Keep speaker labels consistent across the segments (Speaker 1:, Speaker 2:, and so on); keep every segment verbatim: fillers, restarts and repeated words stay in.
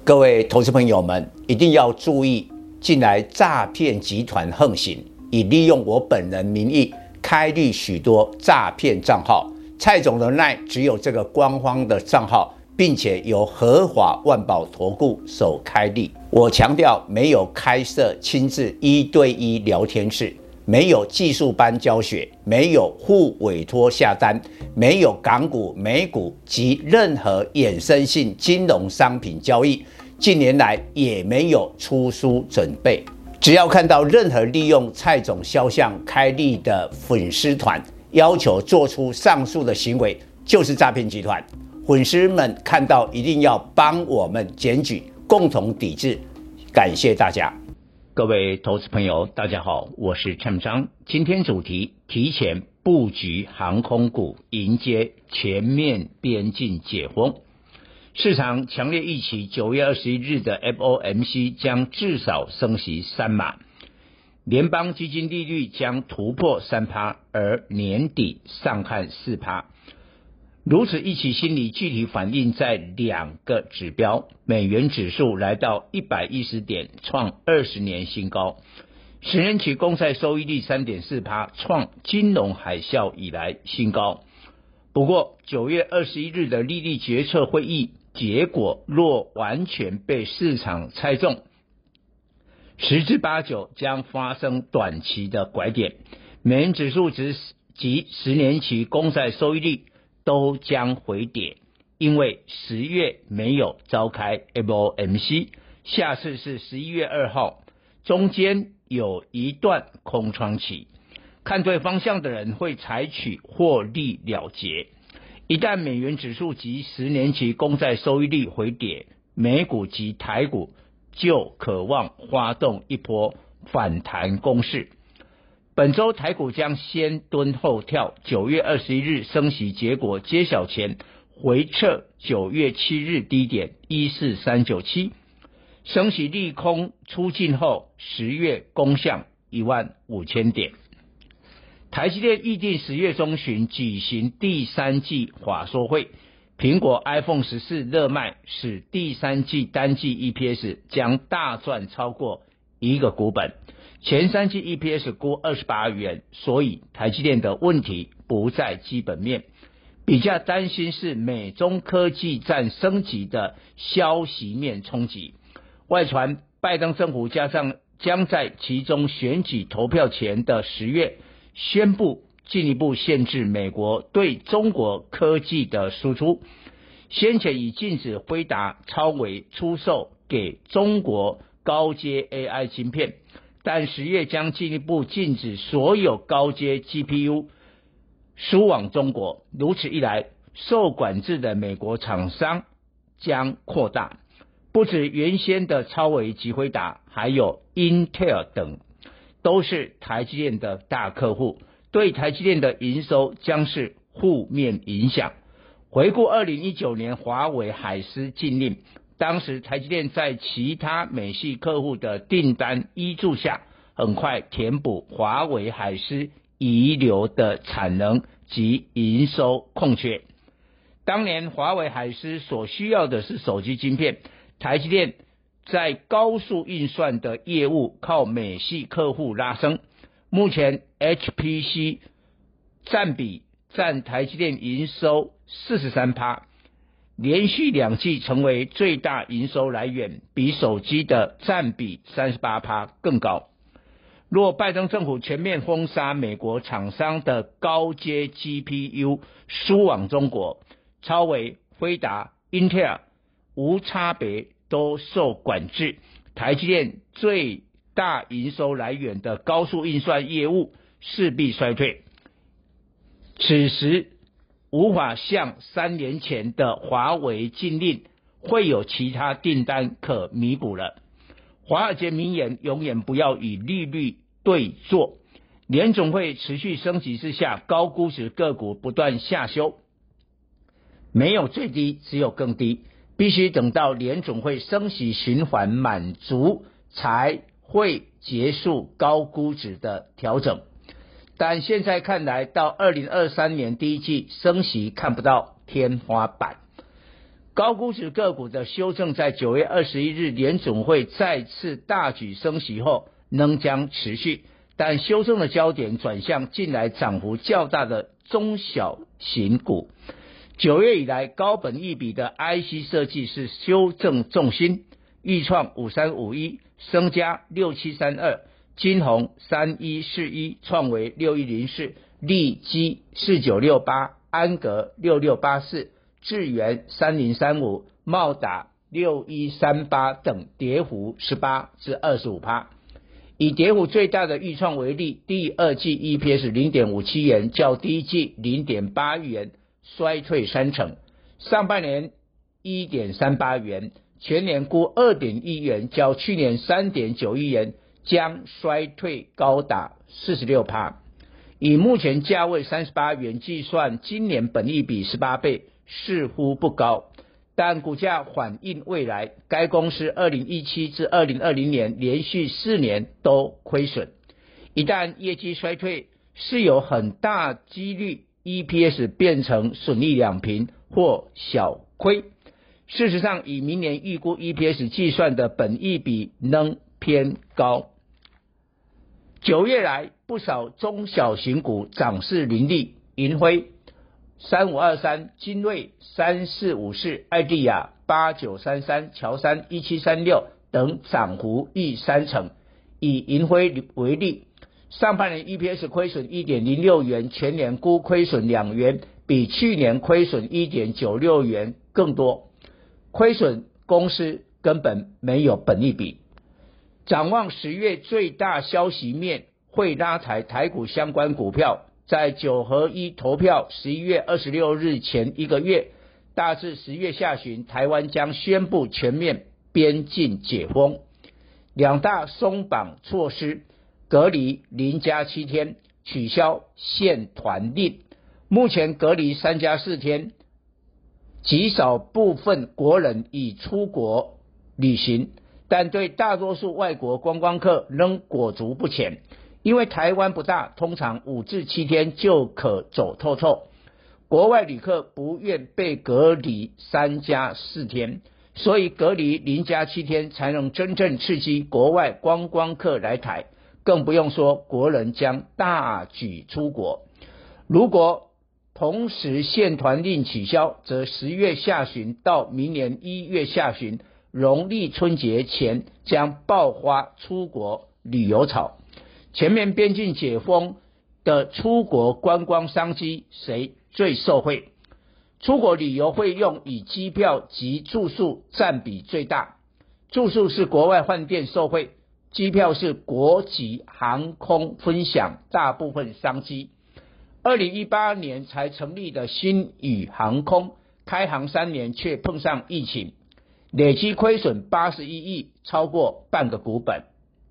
Speaker 1: 各位投资朋友们一定要注意，近来诈骗集团横行，以利用我本人名义开立许多诈骗账号。蔡总的 LINE 只有这个官方的账号，并且由合法万宝投顾所开立。我强调，没有开设亲自一对一聊天室，没有技术班教学，没有互委托下单，没有港股、美股及任何衍生性金融商品交易。近年来也没有出书准备，只要看到任何利用蔡总肖像开立的粉丝团，要求做出上述的行为，就是诈骗集团。粉丝们看到一定要帮我们检举，共同抵制。感谢大家。
Speaker 2: 各位投资朋友，大家好，我是陈章。今天主题：提前布局航空股，迎接全面边境解封。市场强烈预期九月二十一日的 F O M C 将至少升息三码，联邦基金利率将突破 百分之三， 而年底上看 百分之四。 如此预期心理具体反映在两个指标，美元指数来到一百一十点，创二十年新高，十年期公债收益率 百分之三点四， 创金融海啸以来新高。不过九月二十一日的利率决策会议结果若完全被市场猜中，十之八九将发生短期的拐点，美元指数值及十年期公债收益率都将回跌，因为十月没有召开 F O M C， 下次是十一月二号，中间有一段空窗期，看对方向的人会采取获利了结。一旦美元指数及十年期公债收益率回跌，美股及台股就可望发动一波反弹攻势。本周台股将先蹲后跳，九月二十一日升息结果揭晓前回测九月七日低点一四三九七，升息利空出尽后，十月攻向一万五千点。台积电预定十月中旬举行第三季法说会，苹果 iPhone 十四热卖，使第三季单季 E P S 将大赚超过一个股本，前三季 E P S 估二十八元，所以台积电的问题不在基本面，比较担心是美中科技战升级的消息面冲击。外传拜登政府加上将在其中选举投票前的十月宣布进一步限制美国对中国科技的输出，先前已禁止辉达、超微出售给中国高阶 A I 晶片，但十月将进一步禁止所有高阶 G P U 输往中国，如此一来，受管制的美国厂商将扩大，不止原先的超微及辉达，还有 Intel 等都是台积电的大客户，对台积电的营收将是负面影响。回顾二零一九年华为海思禁令，当时台积电在其他美系客户的订单挹注下，很快填补华为海思遗留的产能及营收空缺。当年华为海思所需要的是手机晶片，台积电在高速运算的业务靠美系客户拉升，目前 H P C 占比占台积电营收 百分之四十三， 连续两季成为最大营收来源，比手机的占比 百分之三十八 更高。若拜登政府全面封杀美国厂商的高阶 G P U 输往中国，超微、辉达、Intel 无差别都受管制，台积电最大营收来源的高速运算业务势必衰退，此时无法像三年前的华为禁令会有其他订单可弥补了。华尔街名言，永远不要与利率对坐，联总会持续升级之下，高估值个股不断下修，没有最低，只有更低，必须等到联总会升息循环满足，才会结束高估值的调整。但现在看来，到二零二三年第一季升息看不到天花板， 高估值个股的修正在九月二十一日联准会再次大举升息后仍将持续，但修正的焦点转向近来涨幅较大的中小型股。九月以来高本益比的 I C 设计是修正重心，裕创五三五一，升嘉六七三二，金鸿三一四一，创维六一零四，利基四九六八，安格六六八四，智原三零三五，茂达六一三八等跌幅 百分之十八至二十五。以跌幅最大的裕创为例，第二季 E P S 零点五七元，较第一季 零点八元衰退三成，上半年 一点三八元，全年估 二点一元，较去年 三点九一元将衰退高达 百分之四十六。 以目前价位三十八元计算，今年本益比十八倍似乎不高，但股价反映未来。该公司二零一七至二零二零年连续四年都亏损，一旦业绩衰退，是有很大几率 E P S 变成损益两平或小亏。事实上，以明年预估 E P S 计算的本益比仍偏高。九月来，不少中小型股涨势凌厉，银辉三五二三，精锐三四五四，艾迪亚八九三三，乔山一七三六等涨幅逾三成。以银辉为例，上半年 E P S 亏损 一点零六元，全年估亏损两元，比去年亏损 一点九六元更多。亏损公司根本没有本益比。展望十月最大消息面会拉抬台股相关股票，在九合一投票十一月二十六日前一个月，大致十月下旬，台湾将宣布全面边境解封，两大松绑措施，隔离零加七天，取消限团令。目前隔离三加四天，极少部分国人已出国旅行，但对大多数外国观光客仍裹足不前。因为台湾不大，通常五至七天就可走透透，国外旅客不愿被隔离三加四天，所以隔离零加七天才能真正刺激国外观光客来台，更不用说国人将大举出国。如果同时限团令取消，则十月下旬到明年一月下旬农历春节前将爆发出国旅游潮。全面边境解封的出国观光商机谁最受惠？出国旅游费用以机票及住宿占比最大，住宿是国外饭店受惠，机票是国际航空分享大部分商机。二零一八年才成立的新宇航空，开航三年却碰上疫情，累计亏损八十一亿，超过半个股本。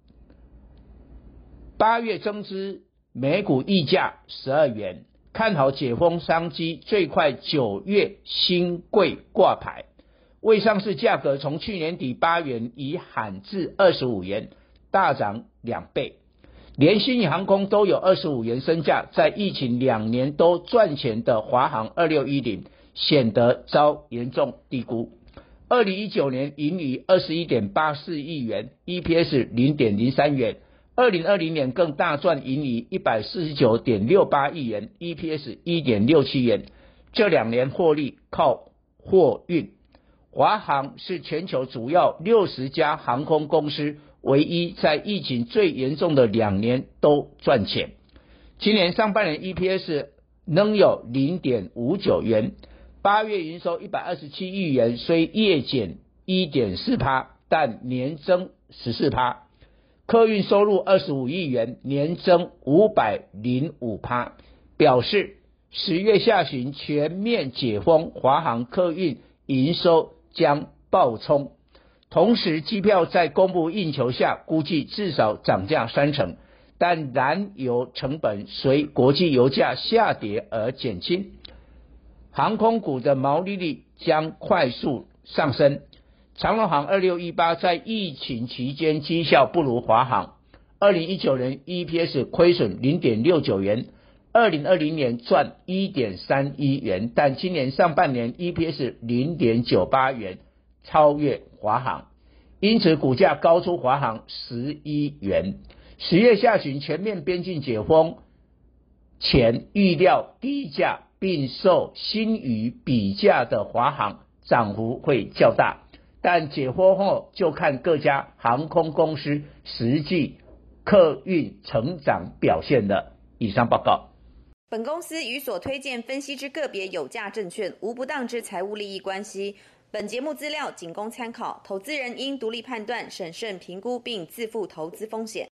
Speaker 2: 八月增资每股溢价十二元，看好解封商机，最快九月新贵挂牌，未上市价格从去年底八元已喊至二十五元，大涨两倍。连新宇航空都有二十五元身价，在疫情两年都赚钱的华航二六一零显得遭严重低估。二零一九年盈余 二十一点八四亿元， E P S 零点零三元，二零二零年更大赚盈余 一百四十九点六八亿元， E P S 一点六七元，这两年获利靠货运。华航是全球主要六十家航空公司唯一在疫情最严重的两年都赚钱。今年上半年 E P S 仍有 零点五九元，八月营收一百二十七亿元，虽月减 一点四 但年增 十四。客运收入二十五亿元，年增 五百零五， 表示十月下旬全面解封，华航客运营收将暴冲。同时机票在供不应求下，估计至少涨价三成，但燃油成本随国际油价下跌而减轻，航空股的毛利率将快速上升。长荣航二六一八在疫情期间绩效不如华航，二零一九年 E P S 亏损 零点六九元， 二零二零年赚 一点三一元，但今年上半年 E P S 零点九八元，超越华航，因此股价高出华航十一元。十月下旬全面边境解封前，预料低价并受新宇比价的华航涨幅会较大，但解封后就看各家航空公司实际客运成长表现了。以上报告。
Speaker 3: 本公司与所推荐分析之个别有价证券无不当之财务利益关系。本节目资料仅供参考，投资人应独立判断、审慎评估并自负投资风险。